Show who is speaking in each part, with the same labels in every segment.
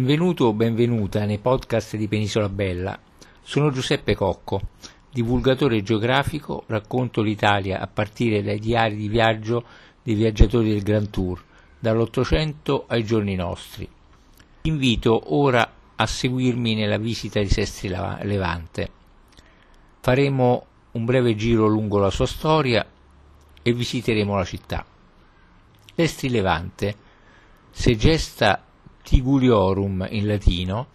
Speaker 1: Benvenuto o benvenuta nei podcast di Penisola Bella. Sono Giuseppe Cocco, divulgatore geografico, racconto l'Italia a partire dai diari di viaggio dei viaggiatori del Grand Tour, dall'Ottocento ai giorni nostri. Ti invito ora a seguirmi nella visita di Sestri Levante. Faremo un breve giro lungo la sua storia e visiteremo la città. Sestri Levante, Segesta Tiguliorum in latino,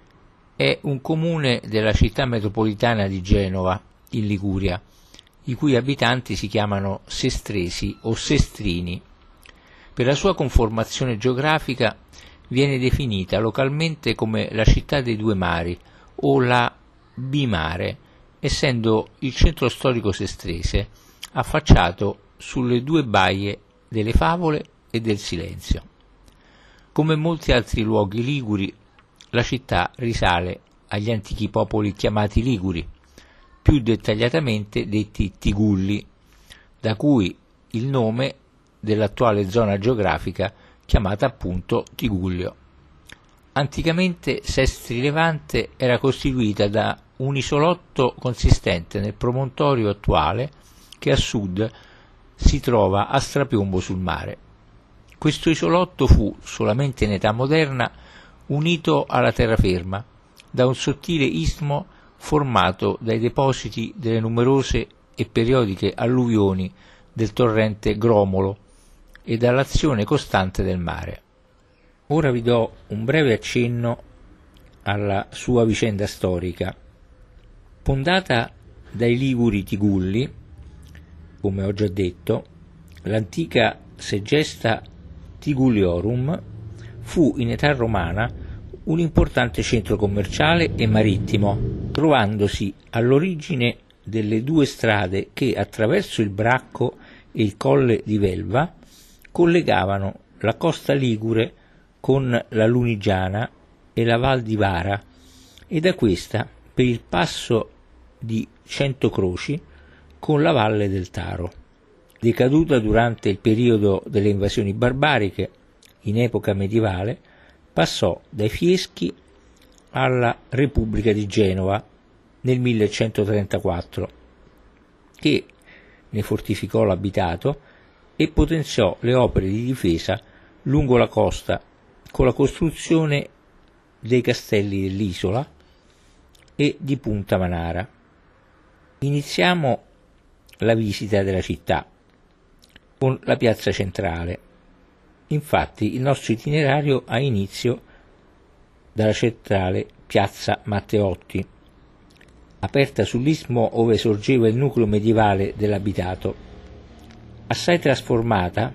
Speaker 1: è un comune della città metropolitana di Genova, in Liguria, i cui abitanti si chiamano sestresi o sestrini. Per la sua conformazione geografica viene definita localmente come la città dei due mari o la Bimare, essendo il centro storico sestrese affacciato sulle due baie delle Favole e del Silenzio. Come molti altri luoghi liguri, la città risale agli antichi popoli chiamati Liguri, più dettagliatamente detti Tigulli, da cui il nome dell'attuale zona geografica chiamata appunto Tigullio. Anticamente Sestri Levante era costituita da un isolotto consistente nel promontorio attuale che a sud si trova a strapiombo sul mare. Questo isolotto fu, solamente in età moderna, unito alla terraferma da un sottile istmo formato dai depositi delle numerose e periodiche alluvioni del torrente Gromolo e dall'azione costante del mare. Ora vi do un breve accenno alla sua vicenda storica. Fondata dai Liguri Tigulli, come ho già detto, l'antica Segesta Tiguliorum fu in età romana un importante centro commerciale e marittimo, trovandosi all'origine delle due strade che attraverso il Bracco e il Colle di Velva collegavano la costa ligure con la Lunigiana e la Val di Vara e da questa per il passo di Centocroci con la Valle del Taro. Decaduta durante il periodo delle invasioni barbariche, in epoca medievale, passò dai Fieschi alla Repubblica di Genova nel 1134, che ne fortificò l'abitato e potenziò le opere di difesa lungo la costa con la costruzione dei castelli dell'isola e di Punta Manara. Iniziamo la visita della città con la piazza centrale. Infatti il nostro itinerario ha inizio dalla centrale piazza Matteotti, aperta sull'istmo ove sorgeva il nucleo medievale dell'abitato. Assai trasformata,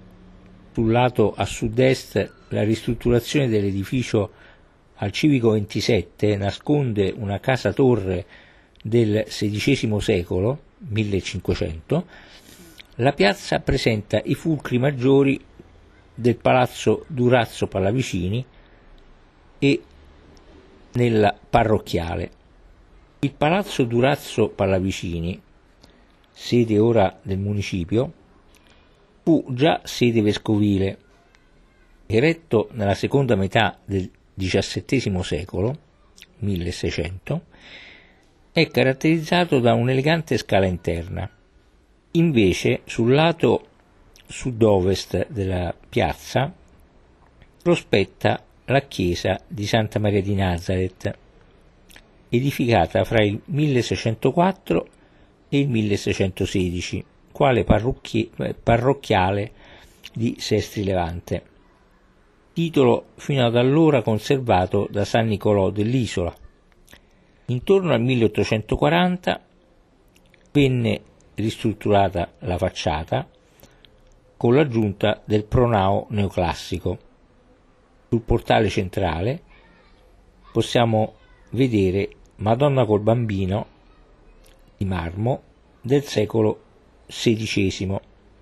Speaker 1: sul lato a sud-est la ristrutturazione dell'edificio al civico 27 nasconde una casa-torre del XVI secolo, 1500, la piazza presenta i fulcri maggiori del palazzo Durazzo Pallavicini e nella parrocchiale. Il palazzo Durazzo Pallavicini, sede ora del municipio, fu già sede vescovile. Eretto nella seconda metà del XVII secolo, 1600, è caratterizzato da un'elegante scala interna. Invece sul lato sud-ovest della piazza prospetta la chiesa di Santa Maria di Nazareth, edificata fra il 1604 e il 1616, quale parrocchiale di Sestri Levante, titolo fino ad allora conservato da San Nicolò dell'Isola. Intorno al 1840 venne ristrutturata la facciata con l'aggiunta del pronao neoclassico. Sul portale centrale possiamo vedere Madonna col Bambino di marmo del secolo XVI,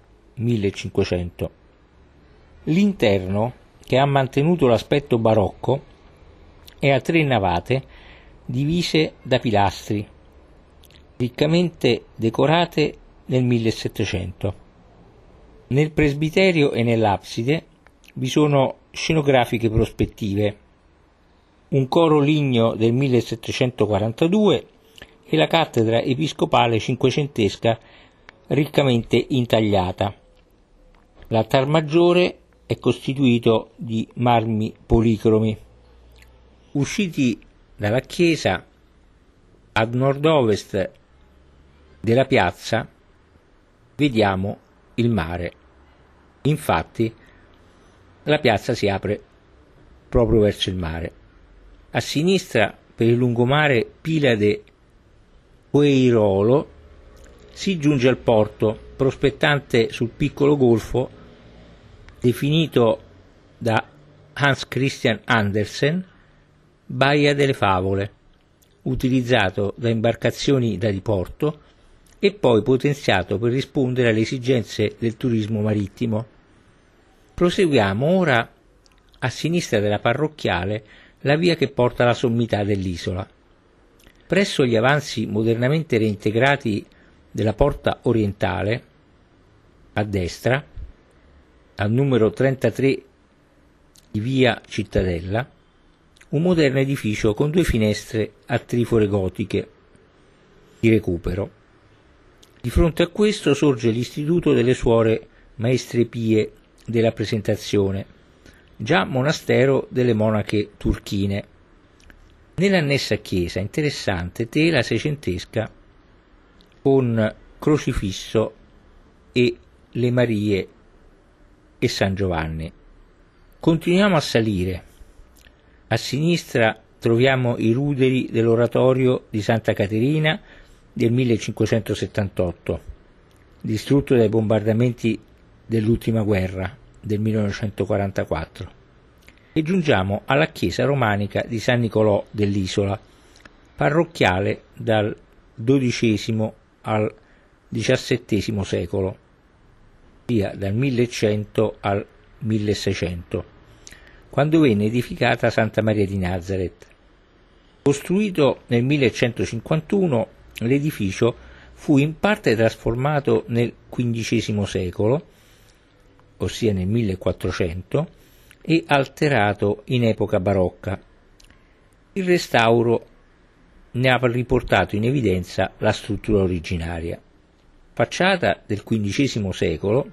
Speaker 1: 1500. L'interno, che ha mantenuto l'aspetto barocco, è a tre navate divise da pilastri riccamente decorate nel 1700. Nel presbiterio e nell'abside vi sono scenografiche prospettive un coro ligneo del 1742 e la cattedra episcopale cinquecentesca riccamente intagliata. L'altar maggiore è costituito di marmi policromi. Usciti dalla chiesa, a nord-ovest della piazza, vediamo il mare. Infatti, la piazza si apre proprio verso il mare. A sinistra, per il lungomare Pila de Queirolo, si giunge al porto, prospettante sul piccolo golfo definito da Hans Christian Andersen Baia delle Favole, utilizzato da imbarcazioni da diporto e poi potenziato per rispondere alle esigenze del turismo marittimo. Proseguiamo ora a sinistra della parrocchiale la via che porta alla sommità dell'isola. Presso gli avanzi modernamente reintegrati della porta orientale, a destra, al numero 33 di via Cittadella, un moderno edificio con 2 finestre a trifore gotiche di recupero. Di fronte a questo sorge l'Istituto delle Suore Maestre Pie della Presentazione, già monastero delle monache turchine. Nell'annessa chiesa interessante tela seicentesca con crocifisso e le Marie e San Giovanni. Continuiamo a salire. A sinistra troviamo i ruderi dell'oratorio di Santa Caterina del 1578, distrutto dai bombardamenti dell'ultima guerra del 1944, e giungiamo alla chiesa romanica di San Nicolò dell'isola, parrocchiale dal XII al XVII secolo, sia dal 1100 al 1600, quando venne edificata Santa Maria di Nazareth. Costruito nel 1151, l'edificio fu in parte trasformato nel XV secolo, ossia nel 1400, e alterato in epoca barocca. Il restauro ne ha riportato in evidenza la struttura originaria. Facciata del XV secolo,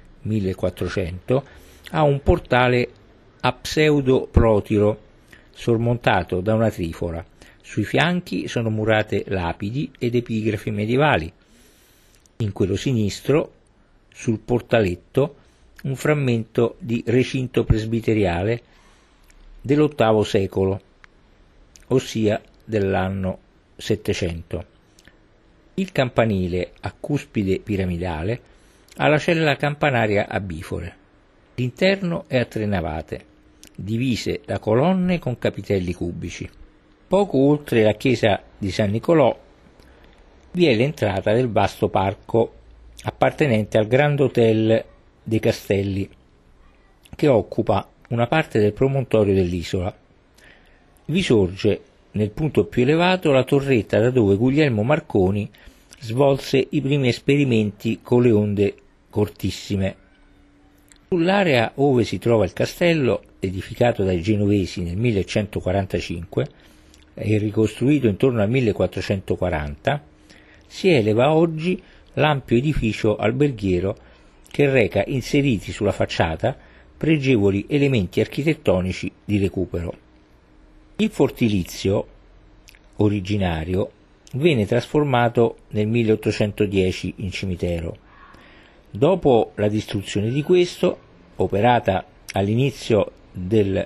Speaker 1: 1400, ha un portale a pseudo-protiro sormontato da una trifora. Sui fianchi sono murate lapidi ed epigrafi medievali. In quello sinistro, sul portaletto, un frammento di recinto presbiteriale dell'VIII secolo, ossia dell'anno 700. Il campanile a cuspide piramidale ha la cella campanaria a bifore. L'interno è a 3 navate, divise da colonne con capitelli cubici. Poco oltre la chiesa di San Nicolò vi è l'entrata del vasto parco appartenente al Grand Hotel dei Castelli, che occupa una parte del promontorio dell'isola. Vi sorge nel punto più elevato la torretta da dove Guglielmo Marconi svolse i primi esperimenti con le onde cortissime. Sull'area ove si trova il castello, edificato dai genovesi nel 1145 e ricostruito intorno al 1440, si eleva oggi l'ampio edificio alberghiero che reca inseriti sulla facciata pregevoli elementi architettonici di recupero. Il fortilizio originario venne trasformato nel 1810 in cimitero. Dopo la distruzione di questo, operata all'inizio del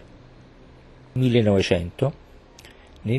Speaker 1: 1900, nel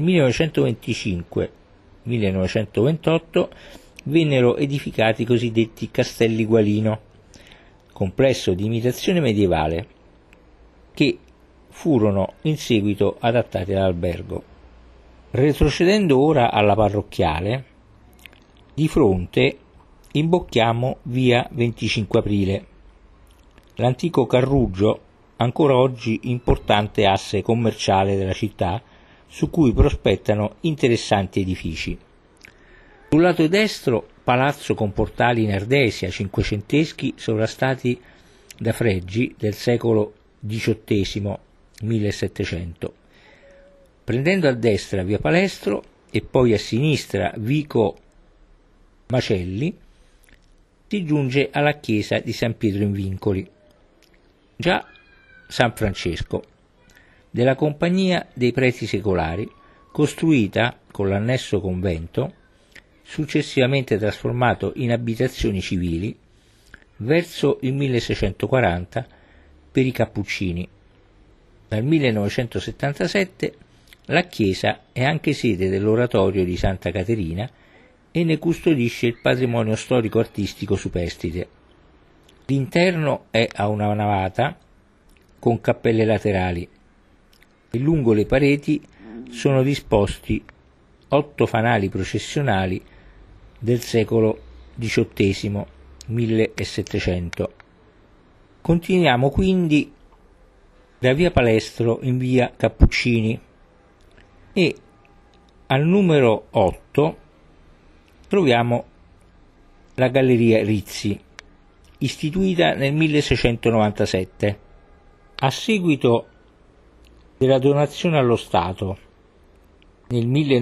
Speaker 1: 1925-1928 vennero edificati i cosiddetti Castelli Gualino, complesso di imitazione medievale, che furono in seguito adattati all'albergo. Retrocedendo ora alla parrocchiale, di fronte imbocchiamo via 25 aprile, l'antico carruggio, ancora oggi importante asse commerciale della città, su cui prospettano interessanti edifici. Sul lato destro, palazzo con portali in ardesia cinquecenteschi sovrastati da fregi del secolo XVIII 1700. Prendendo a destra via Palestro e poi a sinistra Vico Macelli, si giunge alla chiesa di San Pietro in Vincoli, già San Francesco, della Compagnia dei Preti Secolari, costruita con l'annesso convento, successivamente trasformato in abitazioni civili, verso il 1640 per i Cappuccini. Dal 1977 la chiesa è anche sede dell'oratorio di Santa Caterina e ne custodisce il patrimonio storico-artistico superstite. L'interno è a una navata con cappelle laterali e lungo le pareti sono disposti 8 fanali processionali del secolo XVIII, 1700. Continuiamo quindi da via Palestro in via Cappuccini e al numero 8 troviamo la Galleria Rizzi, istituita nel 1697. A seguito della donazione allo Stato nel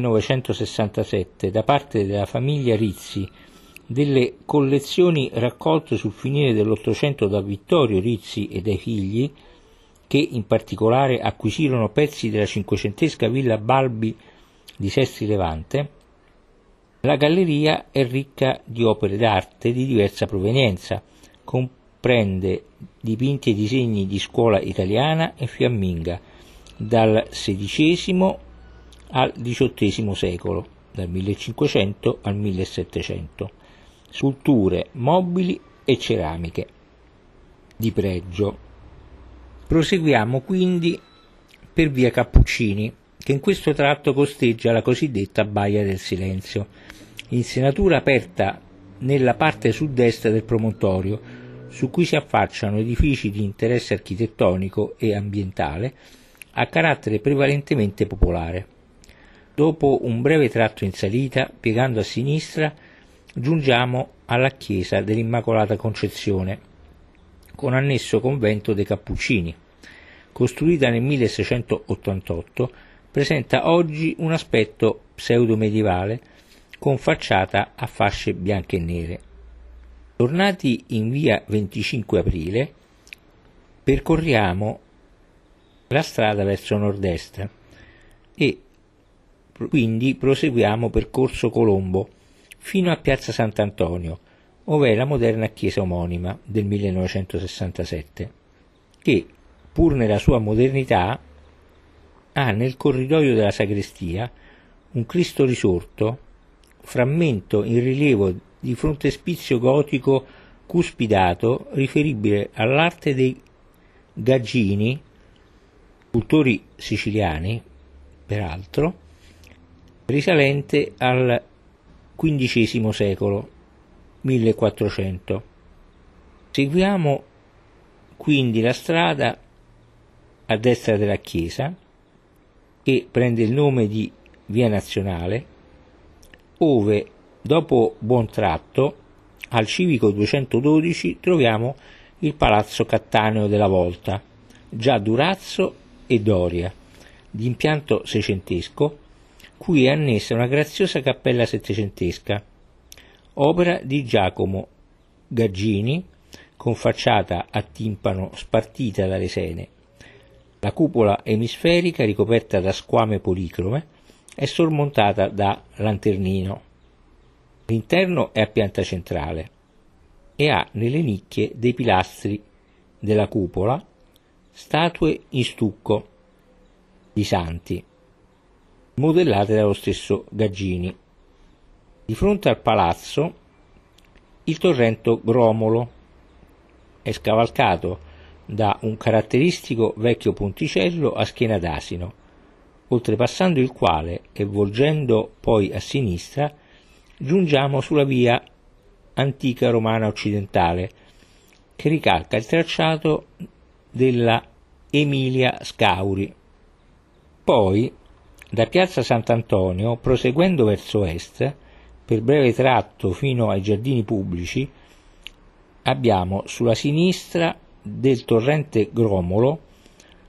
Speaker 1: 1967 da parte della famiglia Rizzi delle collezioni raccolte sul finire dell'Ottocento da Vittorio Rizzi e dai figli, che in particolare acquisirono pezzi della cinquecentesca Villa Balbi di Sestri Levante, la galleria è ricca di opere d'arte di diversa provenienza, comprende dipinti e disegni di scuola italiana e fiamminga dal XVI al XVIII secolo, dal 1500 al 1700, sculture, mobili e ceramiche di pregio. Proseguiamo quindi per via Cappuccini, che in questo tratto costeggia la cosiddetta Baia del Silenzio, insenatura aperta nella parte sud-est del promontorio, su cui si affacciano edifici di interesse architettonico e ambientale a carattere prevalentemente popolare. Dopo un breve tratto in salita, piegando a sinistra, giungiamo alla chiesa dell'Immacolata Concezione, con annesso convento dei Cappuccini. Costruita nel 1688, presenta oggi un aspetto pseudo-medievale con facciata a fasce bianche e nere. Tornati in via 25 aprile, percorriamo la strada verso nord-est e quindi proseguiamo per Corso Colombo fino a piazza Sant'Antonio, ove è la moderna chiesa omonima del 1967, che, pur nella sua modernità, ha nel corridoio della sagrestia un Cristo risorto, frammento in rilievo di frontespizio gotico cuspidato riferibile all'arte dei Gaggini, scultori siciliani, peraltro, risalente al XV secolo, 1400. Seguiamo quindi la strada a destra della chiesa, che prende il nome di Via Nazionale, ove, dopo buon tratto, al civico 212 troviamo il Palazzo Cattaneo della Volta, già Durazzo e Doria, di impianto seicentesco, cui è annessa una graziosa cappella settecentesca, opera di Giacomo Gaggini, con facciata a timpano spartita da lesene. La cupola emisferica, ricoperta da squame policrome, è sormontata da lanternino. L'interno è a pianta centrale e ha nelle nicchie dei pilastri della cupola statue in stucco di santi, modellate dallo stesso Gaggini. Di fronte al palazzo il torrente Gromolo è scavalcato da un caratteristico vecchio ponticello a schiena d'asino, oltrepassando il quale e volgendo poi a sinistra giungiamo sulla via antica romana occidentale, che ricalca il tracciato della Emilia Scauri. Poi, da piazza Sant'Antonio, proseguendo verso est, per breve tratto fino ai giardini pubblici, abbiamo sulla sinistra del torrente Gromolo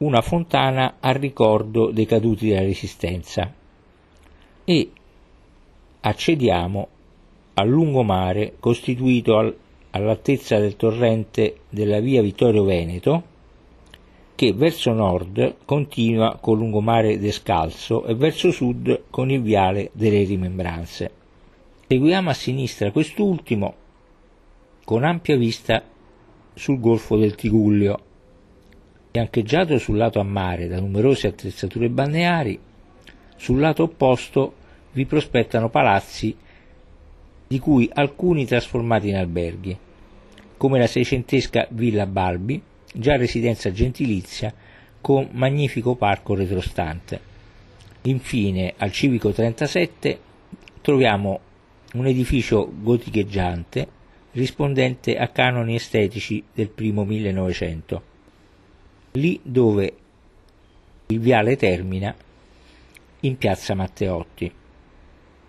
Speaker 1: una fontana a ricordo dei caduti della Resistenza e accediamo al lungomare costituito all'altezza del torrente della via Vittorio Veneto, che verso nord continua col lungomare Descalzo e verso sud con il viale delle Rimembranze. Seguiamo a sinistra quest'ultimo con ampia vista sul golfo del Tigullio, fiancheggiato sul lato a mare da numerose attrezzature balneari. Sul lato opposto vi prospettano palazzi, di cui alcuni trasformati in alberghi, come la seicentesca Villa Balbi, già residenza gentilizia con magnifico parco retrostante. Infine, al Civico 37 troviamo un edificio goticheggiante rispondente a canoni estetici del primo 1900, lì dove il viale termina in piazza Matteotti.